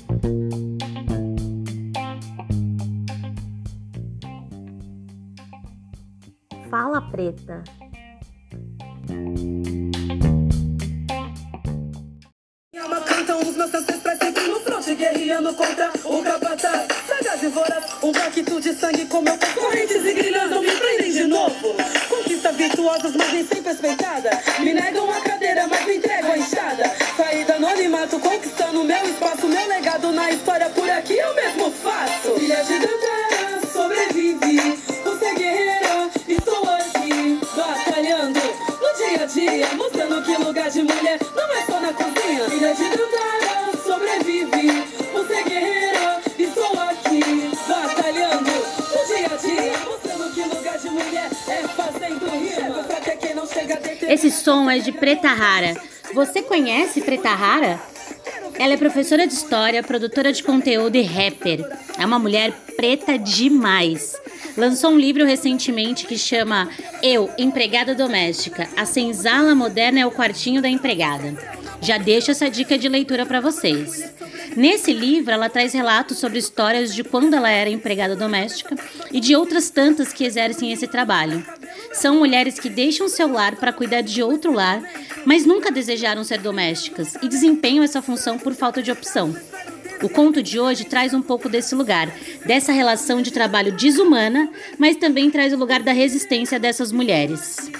Fala, preta. Cantam os meus ancestrais sempre no fronte, guerreando contra o capataz. Sagaz e voraz, um pacto de sangue com meu correntes e grilhões não me prendem de novo. Conquistas virtuosas, mas nem sempre respeitada. Me negam a cadeira, mas me entregam a enxada. Saí do anonimato, conquistando meu espaço. Meu legado na história por aqui eu mesmo faço. Filha de Dantara, sobrevive. Você guerreira, estou aqui batalhando no dia a dia, mostrando que lugar de mulher não é só na cozinha. Filha de Dantara, sobrevive. Você guerreira, estou aqui batalhando no dia a dia, mostrando que lugar de mulher é fazendo rima. Pra ter quem não chega a deter. Esse som é de Preta Rara. Você conhece Preta Rara? Ela é professora de história, produtora de conteúdo e rapper. É uma mulher preta demais. Lançou um livro recentemente que chama Eu, Empregada Doméstica. A senzala moderna é o quartinho da empregada. Já deixo essa dica de leitura para vocês. Nesse livro, ela traz relatos sobre histórias de quando ela era empregada doméstica e de outras tantas que exercem esse trabalho. São mulheres que deixam seu lar para cuidar de outro lar, mas nunca desejaram ser domésticas e desempenham essa função por falta de opção. O conto de hoje traz um pouco desse lugar, dessa relação de trabalho desumana, mas também traz o lugar da resistência dessas mulheres.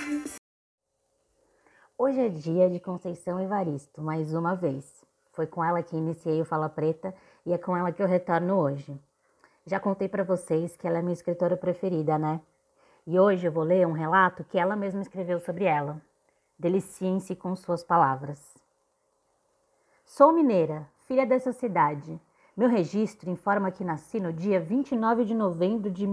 Hoje é dia de Conceição Evaristo, mais uma vez. Foi com ela que iniciei o Fala Preta e é com ela que eu retorno hoje. Já contei para vocês que ela é minha escritora preferida, né? E hoje eu vou ler um relato que ela mesma escreveu sobre ela. Deliciem-se com suas palavras. Sou mineira, filha dessa cidade. Meu registro informa que nasci no dia 29 de novembro de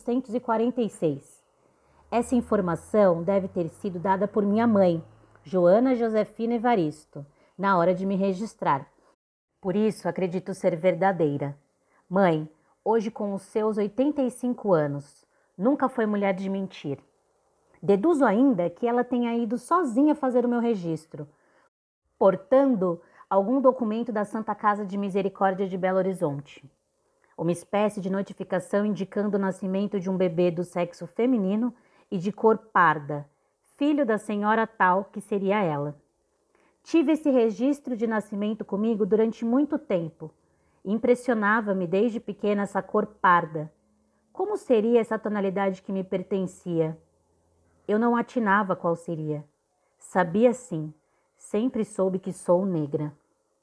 1946. Essa informação deve ter sido dada por minha mãe, Joana Josefina Evaristo, na hora de me registrar. Por isso acredito ser verdadeira. Mãe, hoje com os seus 85 anos, nunca foi mulher de mentir. Deduzo ainda que ela tenha ido sozinha fazer o meu registro, portando algum documento da Santa Casa de Misericórdia de Belo Horizonte. Uma espécie de notificação indicando o nascimento de um bebê do sexo feminino e de cor parda, filho da senhora tal que seria ela. Tive esse registro de nascimento comigo durante muito tempo. Impressionava-me desde pequena essa cor parda. Como seria essa tonalidade que me pertencia? Eu não atinava qual seria. Sabia sim, sempre soube que sou negra.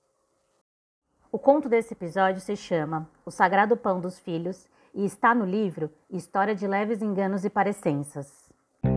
O conto desse episódio se chama O Sagrado Pão dos Filhos e está no livro História de Leves Enganos e Parecenças.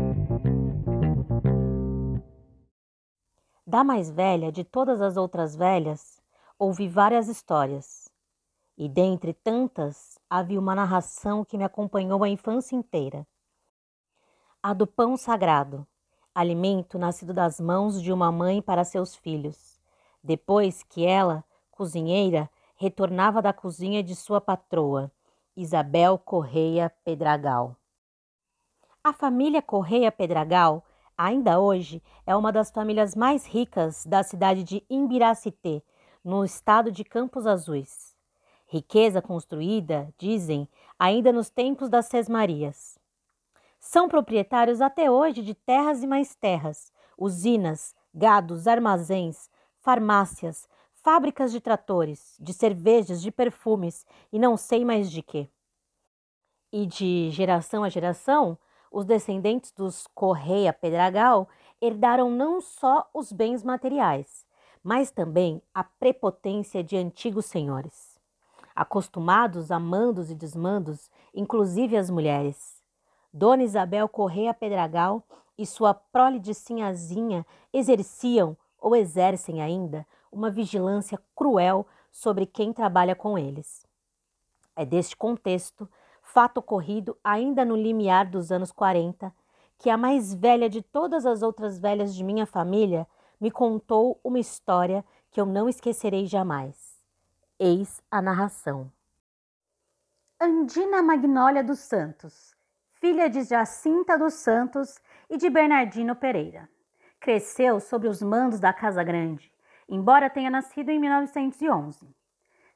Da mais velha de todas as outras velhas, ouvi várias histórias. E dentre tantas, havia uma narração que me acompanhou a infância inteira. A do pão sagrado, alimento nascido das mãos de uma mãe para seus filhos, depois que ela, cozinheira, retornava da cozinha de sua patroa, Isabel Correia Pedragal. A família Correia Pedragal, ainda hoje, é uma das famílias mais ricas da cidade de Imbiracité, no estado de Campos Azuis. Riqueza construída, dizem, ainda nos tempos das Sesmarias. São proprietários até hoje de terras e mais terras, usinas, gados, armazéns, farmácias, fábricas de tratores, de cervejas, de perfumes e não sei mais de quê. E de geração a geração, os descendentes dos Correia Pedragal herdaram não só os bens materiais, mas também a prepotência de antigos senhores, acostumados a mandos e desmandos, inclusive as mulheres. Dona Isabel Correia Pedragal e sua prole de sinhazinha exerciam, ou exercem ainda, uma vigilância cruel sobre quem trabalha com eles. É deste contexto, fato ocorrido ainda no limiar dos anos 40, que a mais velha de todas as outras velhas de minha família me contou uma história que eu não esquecerei jamais. Eis a narração. Andina Magnólia dos Santos, filha de Jacinta dos Santos e de Bernardino Pereira. Cresceu sob os mandos da Casa Grande, embora tenha nascido em 1911.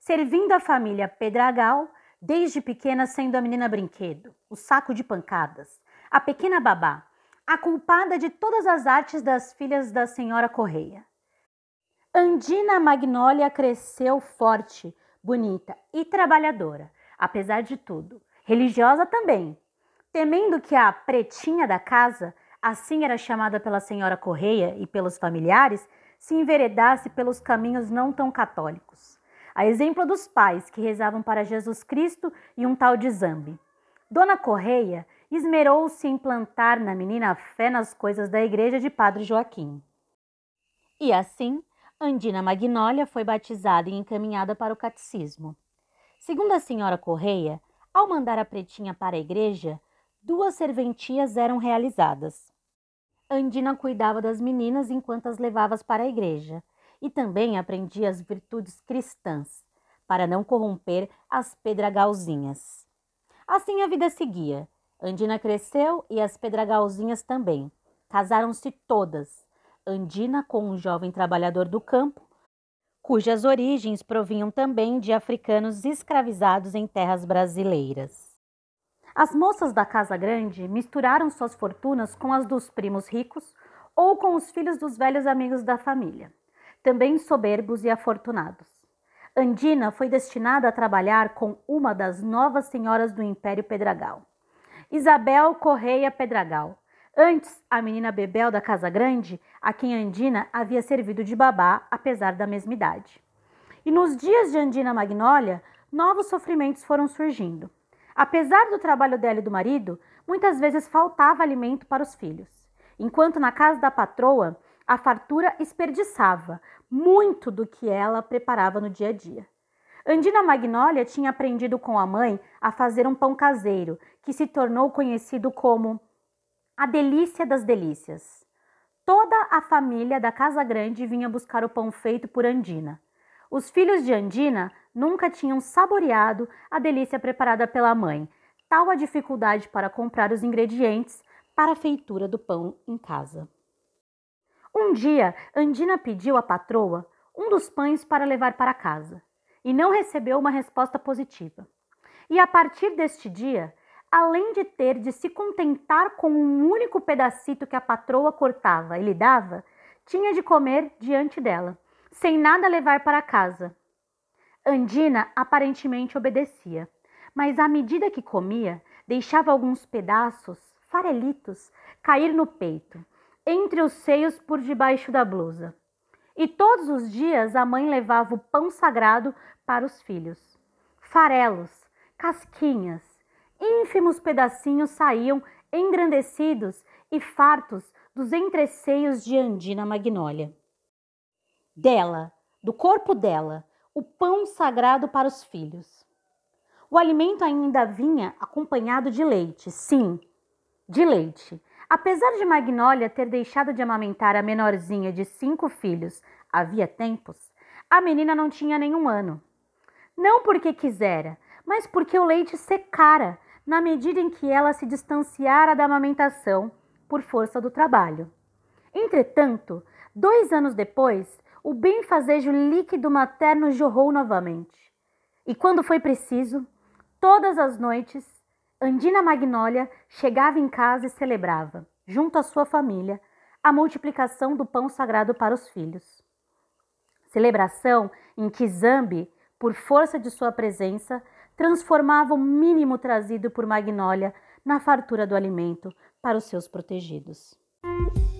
servindo a família Pedragal, desde pequena sendo a menina brinquedo, o saco de pancadas, a pequena babá, a culpada de todas as artes das filhas da senhora Correia. Andina Magnólia cresceu forte, bonita e trabalhadora, apesar de tudo, religiosa também, temendo que a pretinha da casa, assim era chamada pela senhora Correia e pelos familiares, se enveredasse pelos caminhos não tão católicos. A exemplo dos pais que rezavam para Jesus Cristo e um tal de Zambi. Dona Correia esmerou-se em plantar na menina a fé nas coisas da igreja de Padre Joaquim. E assim, Andina Magnólia foi batizada e encaminhada para o catecismo. Segundo a senhora Correia, ao mandar a pretinha para a igreja, 2 serventias eram realizadas. Andina cuidava das meninas enquanto as levava para a igreja e também aprendia as virtudes cristãs, para não corromper as pedragalzinhas. Assim a vida seguia. Andina cresceu e as pedragalzinhas também. Casaram-se todas. Andina com um jovem trabalhador do campo, cujas origens provinham também de africanos escravizados em terras brasileiras. As moças da Casa Grande misturaram suas fortunas com as dos primos ricos ou com os filhos dos velhos amigos da família, também soberbos e afortunados. Andina foi destinada a trabalhar com uma das novas senhoras do Império Pedragal, Isabel Correia Pedragal, antes a menina Bebel da Casa Grande, a quem Andina havia servido de babá, apesar da mesma idade. E nos dias de Andina Magnólia, novos sofrimentos foram surgindo. Apesar do trabalho dela e do marido, muitas vezes faltava alimento para os filhos, enquanto na casa da patroa, a fartura desperdiçava muito do que ela preparava no dia a dia. Andina Magnólia tinha aprendido com a mãe a fazer um pão caseiro, que se tornou conhecido como a delícia das delícias. Toda a família da Casa Grande vinha buscar o pão feito por Andina. Os filhos de Andina nunca tinham saboreado a delícia preparada pela mãe, tal a dificuldade para comprar os ingredientes para a feitura do pão em casa. Um dia, Andina pediu à patroa um dos pães para levar para casa e não recebeu uma resposta positiva. E a partir deste dia, além de ter de se contentar com um único pedacito que a patroa cortava e lhe dava, tinha de comer diante dela, sem nada levar para casa. Andina aparentemente obedecia, mas à medida que comia, deixava alguns pedaços, farelitos, cair no peito, entre os seios por debaixo da blusa. E todos os dias a mãe levava o pão sagrado para os filhos. Farelos, casquinhas, ínfimos pedacinhos saíam engrandecidos e fartos dos entreseios de Andina Magnólia. Dela, do corpo dela, o pão sagrado para os filhos. O alimento ainda vinha acompanhado de leite, sim, de leite. Apesar de Magnólia ter deixado de amamentar a menorzinha de 5 filhos havia tempos, a menina não tinha nenhum ano. Não porque quisera, mas porque o leite secara na medida em que ela se distanciara da amamentação por força do trabalho. Entretanto, 2 anos depois, o benfazejo líquido materno jorrou novamente. E quando foi preciso, todas as noites, Andina Magnólia chegava em casa e celebrava, junto à sua família, a multiplicação do pão sagrado para os filhos. Celebração em que Zambi, por força de sua presença, transformava o mínimo trazido por Magnólia na fartura do alimento para os seus protegidos.